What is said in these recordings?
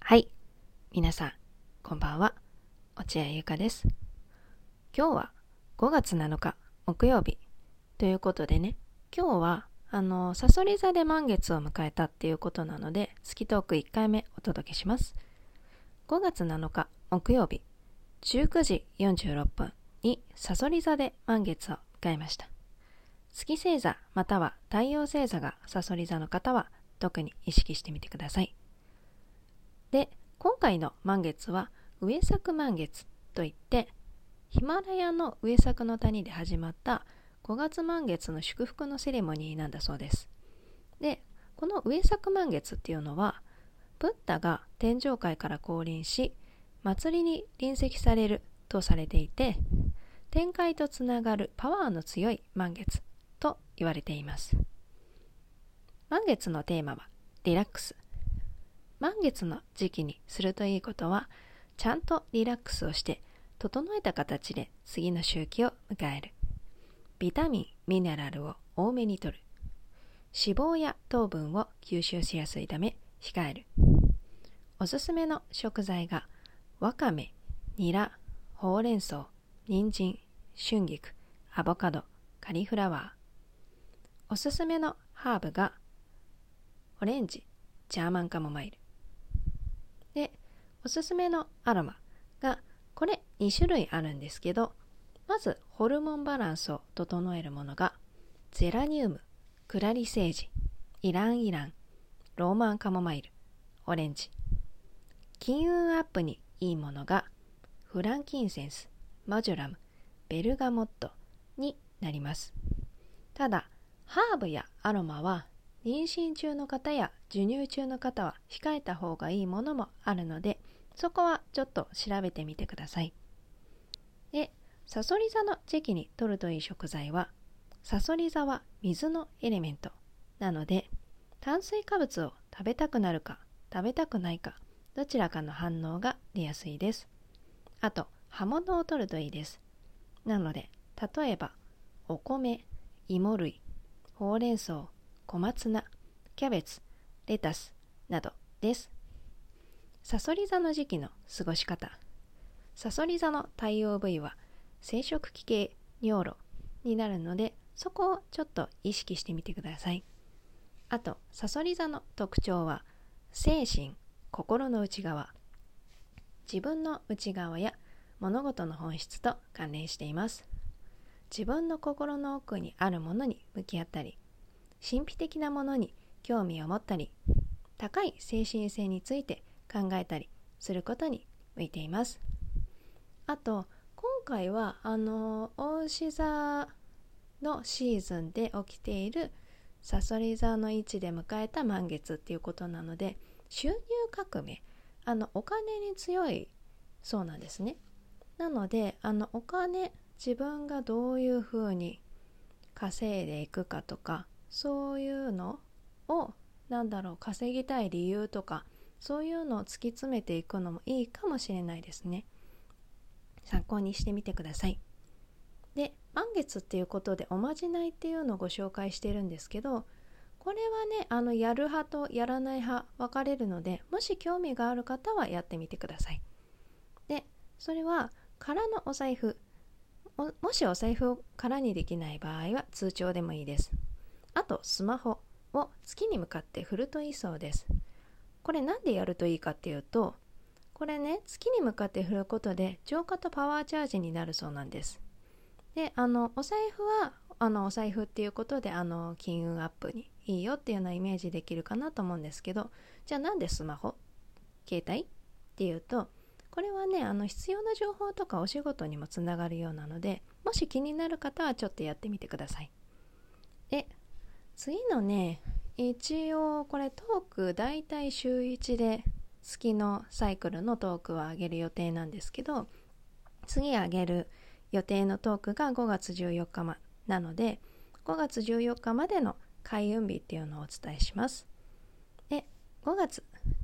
はい、皆さん、こんばんは。落合ゆかです。今日は5月7日木曜日ということでね、今日はさそり座で満月を迎えたっていうことなので、月トーク1回目お届けします。5月7日木曜日、19時46分にさそり座で満月を迎えました。月星座または太陽星座がさそり座の方は特に意識してみてください。で、今回の満月は上作満月といって、ヒマラヤの上作の谷で始まった5月満月の祝福のセレモニーなんだそうです。で、この上作満月っていうのは、ブッダが天上界から降臨し、祭りに臨席されるとされていて、天界とつながるパワーの強い満月と言われています。満月のテーマはリラックス。満月の時期にするといいことは、ちゃんとリラックスをして整えた形で次の周期を迎える。ビタミン、ミネラルを多めに摂る。脂肪や糖分を吸収しやすいため控える。おすすめの食材がわかめ、ニラ、ほうれん草、人参、春菊、アボカド、カリフラワー。おすすめのハーブがオレンジ、ジャーマンカモマイル。で、おすすめのアロマがこれ2種類あるんですけど、まずホルモンバランスを整えるものがゼラニウム、クラリセージ、イラン、ローマンカモマイル、オレンジ。金運アップにいいものがフランキンセンス、マジュラム、ベルガモットになります。ただハーブやアロマは妊娠中の方や授乳中の方は控えた方がいいものもあるので、そこはちょっと調べてみてください。で、さそり座の時期に摂るといい食材は、さそり座は水のエレメントなので、炭水化物を食べたくなるか食べたくないか、どちらかの反応が出やすいです。あと、葉物を摂るといいです。なので、例えばお米、芋類、ほうれん草、小松菜、キャベツ、レタスなどです。さそり座の時期の過ごし方。さそり座の太陽部位は生殖器系尿路になるので、そこをちょっと意識してみてください。あと、さそり座の特徴は精神、心の内側。自分の内側や物事の本質と関連しています。自分の心の奥にあるものに向き合ったり、神秘的なものに興味を持ったり、高い精神性について考えたりすることに向いています。あと、今回は牡牛座のシーズンで起きているさそり座の位置で迎えた満月っていうことなので、収入革命、お金に強いそうなんですね。なのでお金、自分がどういうふうに稼いでいくかとか、そういうのを稼ぎたい理由とか、そういうのを突き詰めていくのもいいかもしれないですね。参考にしてみてください。で、満月っていうことでおまじないっていうのをご紹介してるんですけど、これはね、やる派とやらない派分かれるので、もし興味がある方はやってみてください。で、それは空のお財布、もしお財布を空にできない場合は通帳でもいいです。あとスマホを月に向かって振るといいそうです。これなんでやるといいかっていうと、これね、月に向かって振ることで浄化とパワーチャージになるそうなんです。で、お財布はお財布っていうことで金運アップにいいよっていうようなイメージできるかなと思うんですけど、じゃあなんでスマホ、携帯っていうと、これはね、必要な情報とかお仕事にもつながるようなので、もし気になる方はちょっとやってみてください。で、次のね、一応これトークだいたい週1で月のサイクルのトークは上げる予定なんですけど、次上げる予定のトークが5月14日なので、5月14日までの開運日っていうのをお伝えします。で、5月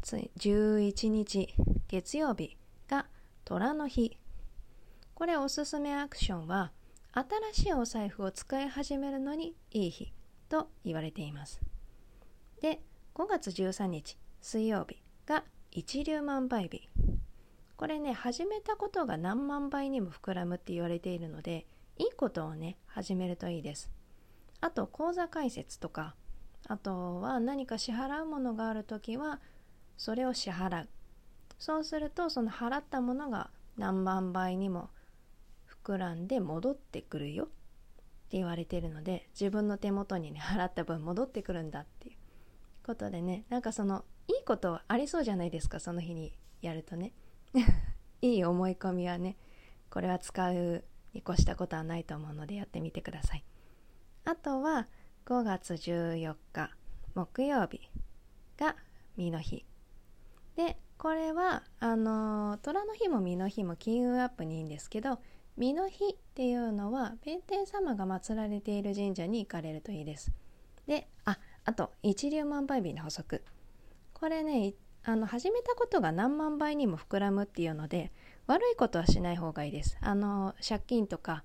11日月曜日が虎の日。これおすすめアクションは、新しいお財布を使い始めるのにいい日と言われています。で、5月13日水曜日が一粒万倍日。これね、始めたことが何万倍にも膨らむって言われているので、いいことをね、始めるといいです。あと、口座開設とか、あとは何か支払うものがあるときは、それを支払う。そうすると、その払ったものが何万倍にも膨らんで戻ってくるよって言われているので、自分の手元にね、払った分戻ってくるんだっていうことでね、なんかそのいいことありそうじゃないですか、その日にやるとねいい思い込みはね、これは使うに越したことはないと思うのでやってみてください。あとは5月14日木曜日が実の日で、これは虎の日も実の日も金運アップにいいんですけど、実の日っていうのは弁天様が祀られている神社に行かれるといいです。で、あと一粒万倍日の法則、これね、始めたことが何万倍にも膨らむっていうので、悪いことはしない方がいいです。借金とか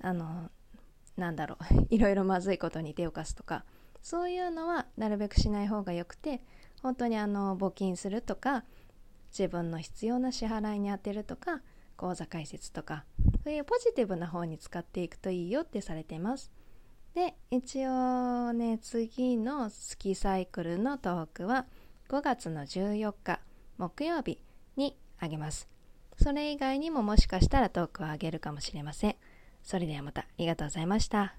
いろいろまずいことに手を貸すとか、そういうのはなるべくしない方がよくて、本当に募金するとか、自分の必要な支払いに充てるとか、口座開設とか、そういうポジティブな方に使っていくといいよってされてます。で、一応ね、次の月サイクルのトークは5月の14日木曜日にあげます。それ以外にももしかしたらトークをあげるかもしれません。それではまた、ありがとうございました。